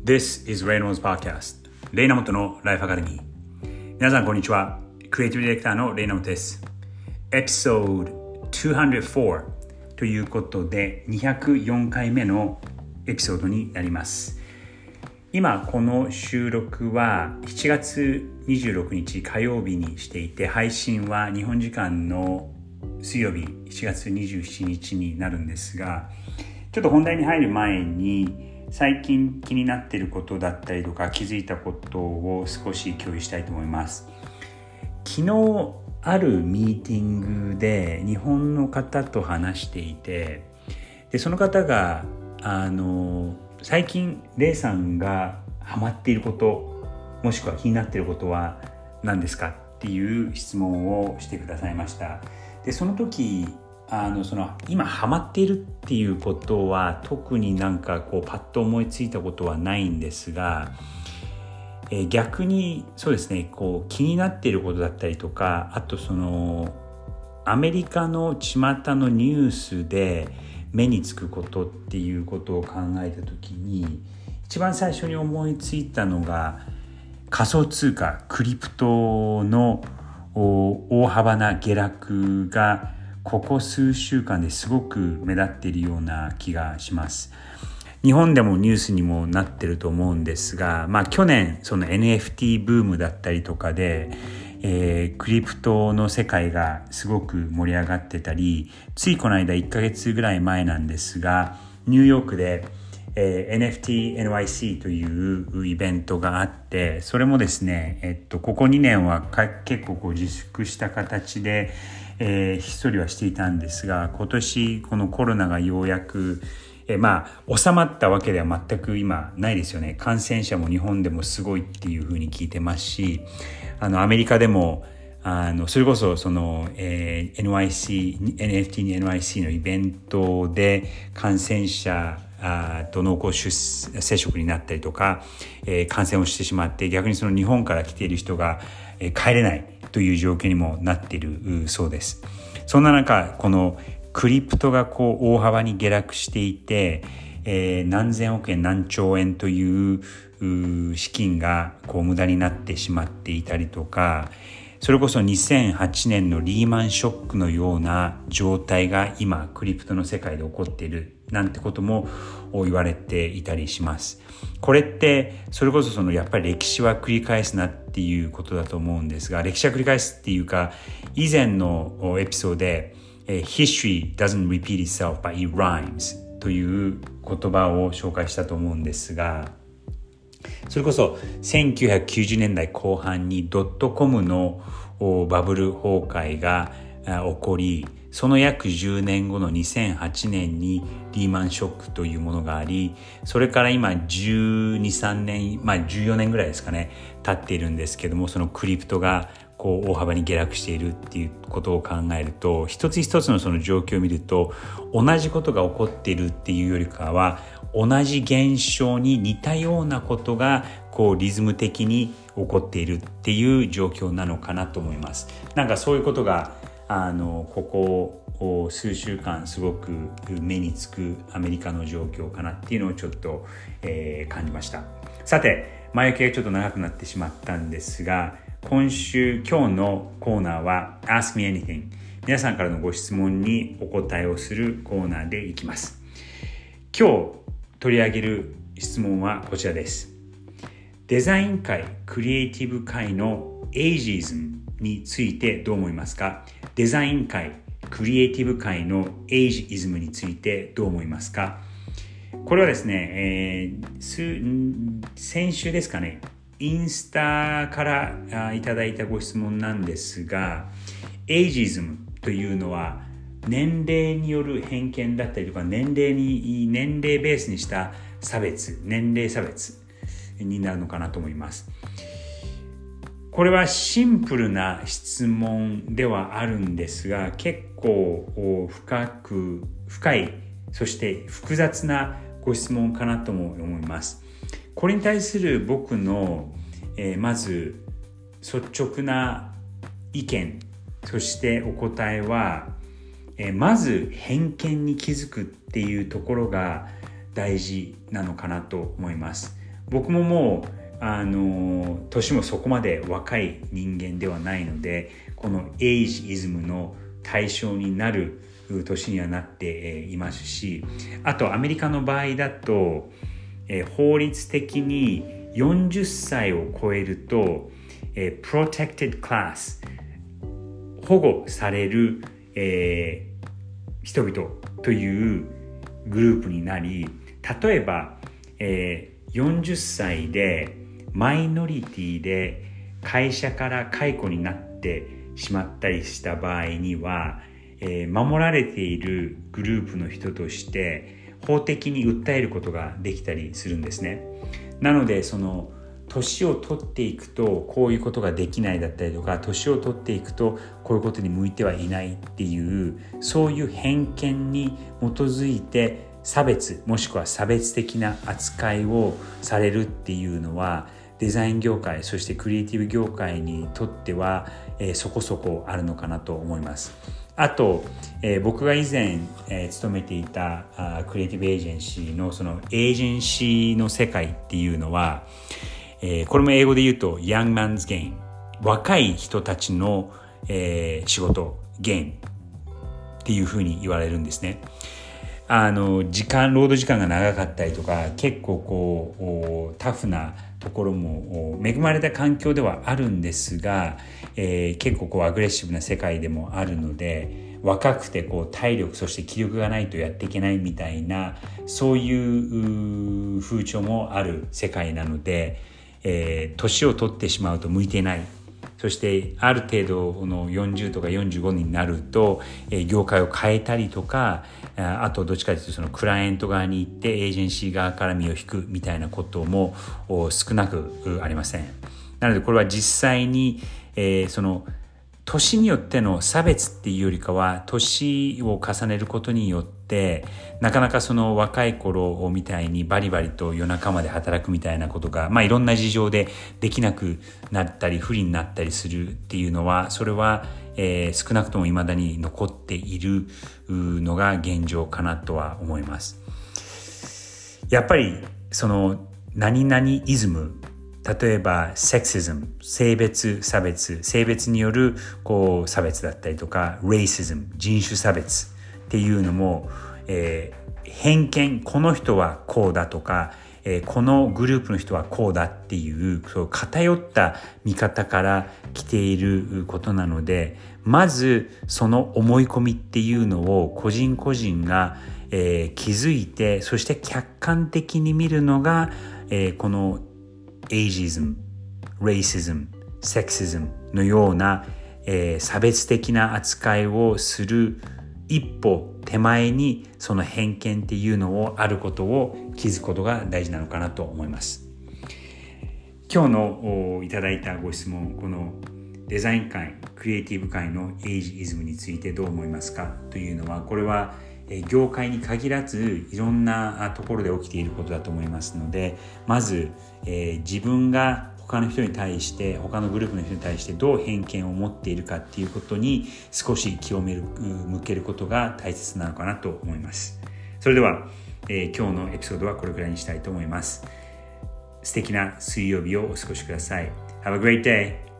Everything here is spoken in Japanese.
This is Reynolds Podcast レイナモトのライフアカデミー。皆さんこんにちは。クリエイティブディレクターのレイナモトです。エピソード204ということで204回目のエピソードになります。今この収録は7月26日火曜日にしていて、配信は日本時間の水曜日7月27日になるんですが、ちょっと本題に入る前に最近気になっていることだったりとか気づいたことを少し共有したいと思います。昨日あるミーティングで日本の方と話していて、でその方が最近レイさんがハマっていること、もしくは気になっていることは何ですかっていう質問をしてくださいました。でその時今ハマっているっていうことは特にパッと思いついたことはないんですが、逆にそうですね、気になっていることだったりとか、あとアメリカの巷のニュースで目につくことっていうことを考えた時に、一番最初に思いついたのが仮想通貨クリプトの大幅な下落がここ数週間ですごく目立っているような気がします。日本でもニュースにもなってると思うんですが、去年その NFT ブームだったりとかで、クリプトの世界がすごく盛り上がってたり、ついこの間1ヶ月ぐらい前なんですが、ニューヨークで、NFT NYC というイベントがあって、それもですね、ここ2年は結構自粛した形で、ひっそりはしていたんですが、今年このコロナがようやく収まったわけでは全く今ないですよね。感染者も日本でもすごいっていうふうに聞いてますし、アメリカでもそれこそNFT NYC のイベントで感染者と濃厚接触になったりとか、感染をしてしまって、逆に日本から来ている人が帰れないという状況にもなっているそうです。そんな中、このクリプトが大幅に下落していて、何千億円何兆円という資金が無駄になってしまっていたりとか、それこそ2008年のリーマンショックのような状態が今クリプトの世界で起こっているなんてことも言われていたりします。これってそれこそやっぱり歴史は繰り返すなっていうことだと思うんですが、歴史は繰り返すっていうか、以前のエピソードでHistory doesn't repeat itself but it rhymes という言葉を紹介したと思うんですが、それこそ1990年代後半にドットコムのバブル崩壊が起こり、その約10年後の2008年にリーマンショックというものがあり、それから今12、13年、14年ぐらいですかね、経っているんですけども、そのクリプトが大幅に下落しているっていうことを考えると、一つ一つのその状況を見ると、同じことが起こっているっていうよりかは、同じ現象に似たようなことがリズム的に起こっているっていう状況なのかなと思います。そういうことがここ数週間すごく目につくアメリカの状況かなっていうのをちょっと、感じました。さて、前置きがちょっと長くなってしまったんですが、今日のコーナーは Ask Me Anything、 皆さんからのご質問にお答えをするコーナーでいきます。今日取り上げる質問はこちらです。デザイン界、クリエイティブ界のエイジーズムについてどう思いますか？デザイン界、クリエイティブ界のエイジイズムについてどう思いますか？これはですね、先週ですかね、インスタからいただいたご質問なんですが、エイジイズムというのは年齢による偏見だったりとか、年齢ベースにした年齢差別になるのかなと思います。これはシンプルな質問ではあるんですが、結構深い、そして複雑なご質問かなとも思います。これに対する僕の、まず率直な意見、そしてお答えは、まず偏見に気づくっていうところが大事なのかなと思います。 僕ももう年もそこまで若い人間ではないので、このエイジイズムの対象になる年にはなっていますし、あとアメリカの場合だと、法律的に40歳を超えると、protected class 保護される、人々というグループになり、例えば、40歳でマイノリティで会社から解雇になってしまったりした場合には、守られているグループの人として法的に訴えることができたりするんですね。なのでその年を取っていくとこういうことができないだったりとか、年を取っていくとこういうことに向いてはいないっていう、そういう偏見に基づいて差別もしくは差別的な扱いをされるっていうのは、デザイン業界そしてクリエイティブ業界にとっては、そこそこあるのかなと思います。あと、僕が以前、勤めていたクリエイティブエージェンシーのそのエージェンシーの世界っていうのは、これも英語で言うと Young Man's Game、 若い人たちの、仕事ゲームっていうふうに言われるんですね。労働時間が長かったりとか、結構こうタフなところも恵まれた環境ではあるんですが、結構こうアグレッシブな世界でもあるので、若くてこう体力そして気力がないとやっていけないみたいな、そういう風潮もある世界なので、年を取ってしまうと向いてない、そしてある程度の40とか45になると、業界を変えたりとか、あとどっちかというとそのクライアント側に行ってエージェンシー側から身を引くみたいなことも少なくありません。なのでこれは実際に、その年によっての差別っていうよりかは、年を重ねることによってなかなかその若い頃みたいにバリバリと夜中まで働くみたいなことが、いろんな事情でできなくなったり不利になったりするっていうのは、それは、少なくとも未だに残っているのが現状かなとは思います。やっぱりその何々イズム、例えばセクシズム、性別差別、性別によるこう差別だったりとか、レイシズム、人種差別っていうのも、偏見、この人はこうだとか、このグループの人はこうだっていう、そう偏った見方から来ていることなので、まずその思い込みっていうのを個人個人が、気づいて、そして客観的に見るのが、このエイジズム、レイシズム、セクシズムのような、差別的な扱いをする一歩手前に、その偏見っていうのをあることを気づくことが大事なのかなと思います。今日のいただいたご質問、このデザイン界、クリエイティブ界のエイジイズムについてどう思いますかというのは、これは業界に限らずいろんなところで起きていることだと思いますので、まず、自分が他の人に対して、他のグループの人に対してどう偏見を持っているかっていうことに少し気を向けることが大切なのかなと思います。それでは、今日のエピソードはこれくらいにしたいと思います。素敵な水曜日をお過ごしください。Have a great day!